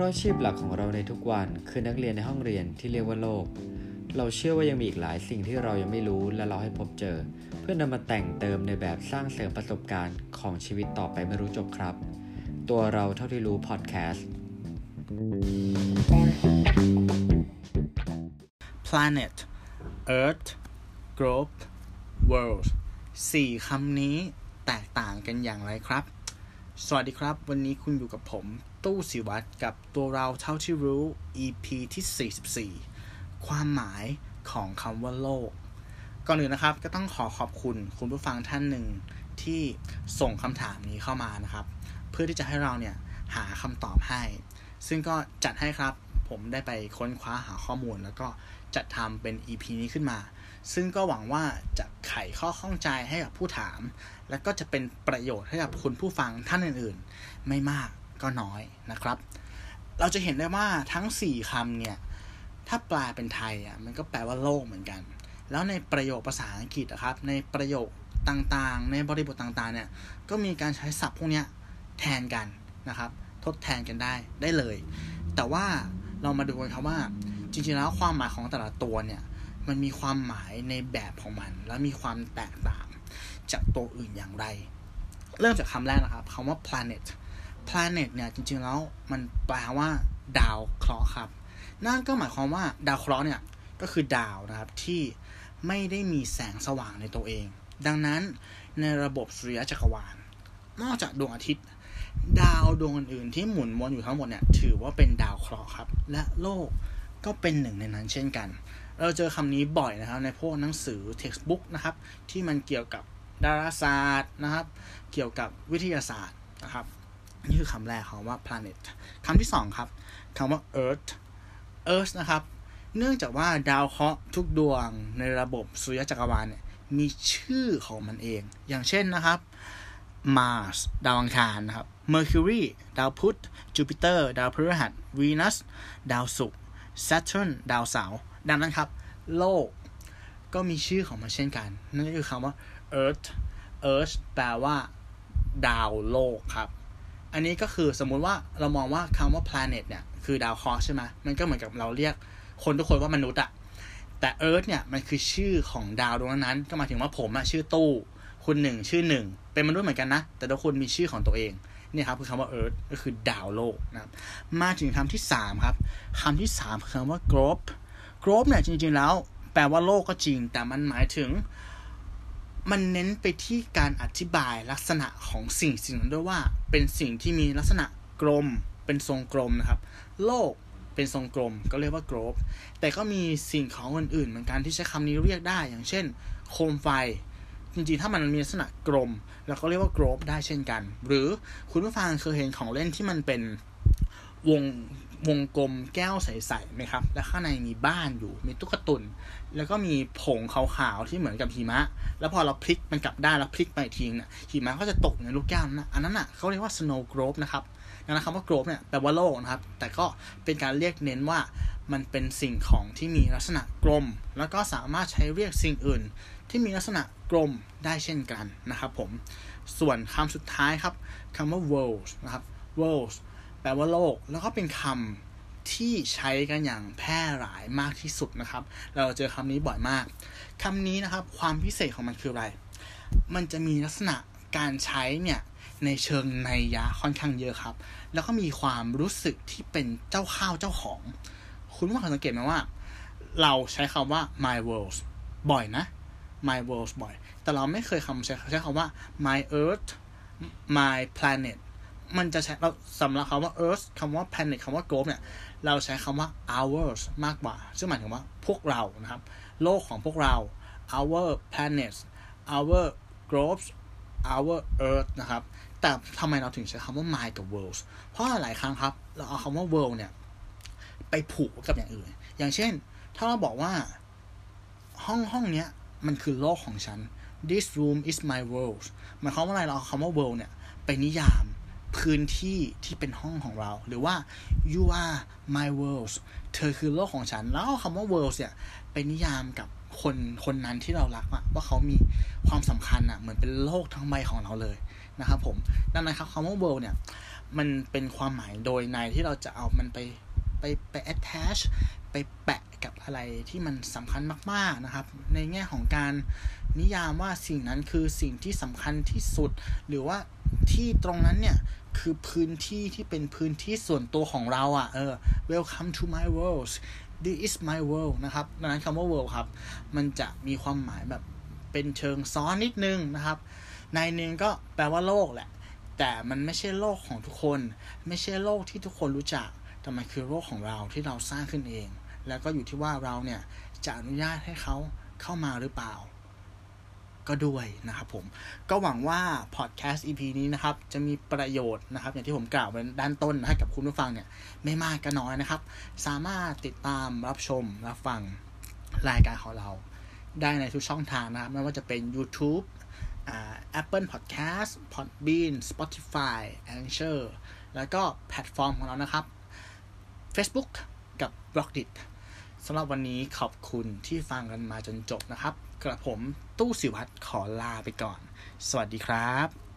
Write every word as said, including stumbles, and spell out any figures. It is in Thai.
ราะอาชีพหลักของเราในทุกวันคือนักเรียนในห้องเรียนที่เรียกว่าโลกเราเชื่อว่ายังมีอีกหลายสิ่งที่เรายังไม่รู้และเราให้พบเจอเพื่อนำมาแต่งเติมในแบบสร้างเสริมประสบการณ์ของชีวิตต่อไปไม่รู้จบครับตัวเราเท่าที่รู้พอดแคสต์ planet earth globe world สี่คำนี้แตกต่างกันอย่างไรครับสวัสดีครับวันนี้คุณอยู่กับผมตู้ศิวัตรกับตัวเราเท่าที่รู้ อี พี ที่สี่สิบสี่ความหมายของคำว่าโลกก่อนอื่นนะครับก็ต้องขอขอบคุณคุณผู้ฟังท่านหนึ่งที่ส่งคำถามนี้เข้ามานะครับเพื่อที่จะให้เราเนี่ยหาคำตอบให้ซึ่งก็จัดให้ครับผมได้ไปค้นคว้าหาข้อมูลแล้วก็จัดทำเป็น อี พี นี้ขึ้นมาซึ่งก็หวังว่าจะไขข้อข้องใจให้กับผู้ถามและก็จะเป็นประโยชน์ให้กับคุณผู้ฟังท่านอื่นๆไม่มากก็น้อยนะครับเราจะเห็นได้ว่าทั้งสี่คำเนี่ยถ้าแปลเป็นไทยอ่ะมันก็แปลว่าโลกเหมือนกันแล้วในประโยคภาษาอังกฤษนะครับในประโยคต่างๆในบริบทต่างๆเนี่ยก็มีการใช้ศัพท์พวกนี้แทนกันนะครับทดแทนกันได้ได้เลยแต่ว่าเรามาดูกันครับว่าจริงๆแล้วความหมายของแต่ละตัวเนี่ยมันมีความหมายในแบบของมันและมีความแตกต่างจากตัวอื่นอย่างไรเริ่มจากคำแรกนะครับคำว่า planet planet เนี่ยจริงๆแล้วมันแปลว่าดาวเคราะห์ครับนั่นก็หมายความว่าดาวเคราะห์เนี่ยก็คือดาวนะครับที่ไม่ได้มีแสงสว่างในตัวเองดังนั้นในระบบสุริยะจักรวาลนอกจากดวงอาทิตย์ดาวดวงอื่นๆที่หมุนวนอยู่ทั้งหมดเนี่ยถือว่าเป็นดาวเคราะห์ครับและโลกก็เป็นหนึ่งในนั้นเช่นกันเราเจอคำนี้บ่อยนะครับในพวกหนังสือ textbook นะครับที่มันเกี่ยวกับดาราศาสตร์นะครับเกี่ยวกับวิทยาศาสตร์นะครับนี่คือคำแรกของว่า planet คำที่สองครับคำว่า earth earth นะครับเนื่องจากว่าดาวเคราะห์ทุกดวงในระบบสุริยะจักรวาลเนี่ยมีชื่อของมันเองอย่างเช่นนะครับ Mars ดาวอังคารนะครับ Mercury ดาวพุธ Jupiter ดาวพฤหัส Venus ดาวศุกร์ Saturn ดาวเสาร์ดังนั้นครับโลกก็มีชื่อของมันเช่นกันนั่นก็คือคำว่า Earth Earth แปลว่าดาวโลกครับอันนี้ก็คือสมมุติว่าเรามองว่าคำว่า planet เนี่ยคือดาวเคราะห์ใช่ไหมมันก็เหมือนกับเราเรียกคนทุกคนว่ามนุษย์อะแต่ Earth เนี่ยมันคือชื่อของดาวดวงนั้นก็หมายถึงว่าผมอะชื่อตู้คุณหนึ่งชื่อหนึ่งเป็นมนุษย์เหมือนกันนะแต่ทุกคนมีชื่อของตัวเองนี่ครับคือคำว่า Earth ก็คือดาวโลกนะครับมาถึงคำที่สามครับคำที่สามคือคำว่า globe globe เนี่ยจริงๆแล้วแปลว่าโลกก็จริงแต่มันหมายถึงมันเน้นไปที่การอธิบายลักษณะของสิ่งสิ่งนั้นด้วยว่าเป็นสิ่งที่มีลักษณะกลมเป็นทรงกลมนะครับโลกเป็นทรงกลมก็เรียกว่า globe แต่ก็มีสิ่งของอื่นๆเหมือนกันที่ใช้คำนี้เรียกได้อย่างเช่นโคมไฟจริงๆถ้ามันมีลักษณะกลมเราก็เรียกว่า globe ได้เช่นกันหรือคุณผู้ฟังเคยเห็นของเล่นที่มันเป็นวงวงกลมแก้วใสๆไหมครับแล้วข้างในมีบ้านอยู่มีตุ๊กตุนแล้วก็มีผงขาวๆที่เหมือนกับหิมะแล้วพอเราพลิกมันกลับด้านแล้วพลิกไปทิ้งน่ะหิมะก็จะตกในลูกแก้วนั้นนะอันนั้นน่ะเขาเรียกว่า snow globe นะครับดังนั้นคำว่า globe เนี่ยแปลว่าโลกนะครับแต่ก็เป็นการเรียกเน้นว่ามันเป็นสิ่งของที่มีลักษณะกลมแล้วก็สามารถใช้เรียกสิ่งอื่นที่มีลักษณะกลมได้เช่นกันนะครับผมส่วนคำสุดท้ายครับคำว่า world นะครับ worldแปลว่าโลกแล้วก็เป็นคำที่ใช้กันอย่างแพร่หลายมากที่สุดนะครับเราเจอคำนี้บ่อยมากคำนี้นะครับความพิเศษของมันคืออะไรมันจะมีลักษณะการใช้เนี่ยในเชิงนัยยะค่อนข้างเยอะครับแล้วก็มีความรู้สึกที่เป็นเจ้าข้าวเจ้าของคุณผู้ฟังสังเกตไหมว่าเราใช้คำว่า my world บ่อยนะ my world บ่อยแต่เราไม่เคยคำใช้ใช้คำว่า my earth my planetมันจะใช้เราสำหรับคำว่า earth คำว่า planet คำว่า globe เนี่ยเราใช้คำว่า ours มากกว่าซึ่งหมายถึงว่าพวกเรานะครับโลกของพวกเรา our planets our globes our earth นะครับแต่ทำไมเราถึงใช้คำว่า my กับ world เพราะหลายครั้งครับเราเอาคำว่า world เนี่ยไปผูกกับอย่างอื่นอย่างเช่นถ้าเราบอกว่าห้องห้องเนี้ยมันคือโลกของฉัน this room is my world หมายความว่าอะไรเราเอาคำว่า world เนี่ยไปนิยามพื้นที่ที่เป็นห้องของเราหรือว่า you are my world เธอคือโลกของฉันแล้วคำว่า world เนี่ยไปนิยามกับคนคนนั้นที่เรารักอะว่าเขามีความสำคัญอะเหมือนเป็นโลกทั้งใบของเราเลยนะครับผมดังนั้นครับคำว่า world เนี่ยมันเป็นความหมายโดยในที่เราจะเอามันไปไปไป attach ไปแปะกับอะไรที่มันสำคัญมากๆนะครับในแง่ของการนิยามว่าสิ่งนั้นคือสิ่งที่สำคัญที่สุดหรือว่าที่ตรงนั้นเนี่ยคือพื้นที่ที่เป็นพื้นที่ส่วนตัวของเราอ่ะเออ welcome to my world this is my world นะครับดังนั้นคำว่า world ครับมันจะมีความหมายแบบเป็นเชิงซ้อนนิดนึงนะครับในนึงก็แปลว่าโลกแหละแต่มันไม่ใช่โลกของทุกคนไม่ใช่โลกที่ทุกคนรู้จักแต่มันคือโลกของเราที่เราสร้างขึ้นเองแล้วก็อยู่ที่ว่าเราเนี่ยจะอนุญาตให้เขาเข้ามาหรือเปล่าก็ด้วยนะครับผมก็หวังว่าพอดแคสต์ อี พี นี้นะครับจะมีประโยชน์นะครับอย่างที่ผมกล่าวไว้ด้านต้นให้กับคุณผู้ฟังเนี่ยไม่มากก็น้อยนะครับสามารถติดตามรับชมรับฟังรายการของเราได้ในทุกช่องทางนะครับไม่ว่าจะเป็น YouTube อ่า Apple Podcast Podbean Spotify Anchor แล้วก็แพลตฟอร์มของเรานะครับ Facebook กับ Blockdit สำหรับวันนี้ขอบคุณที่ฟังกันมาจนจบนะครับกระผมตู้ศิวัตรขอลาไปก่อนสวัสดีครับ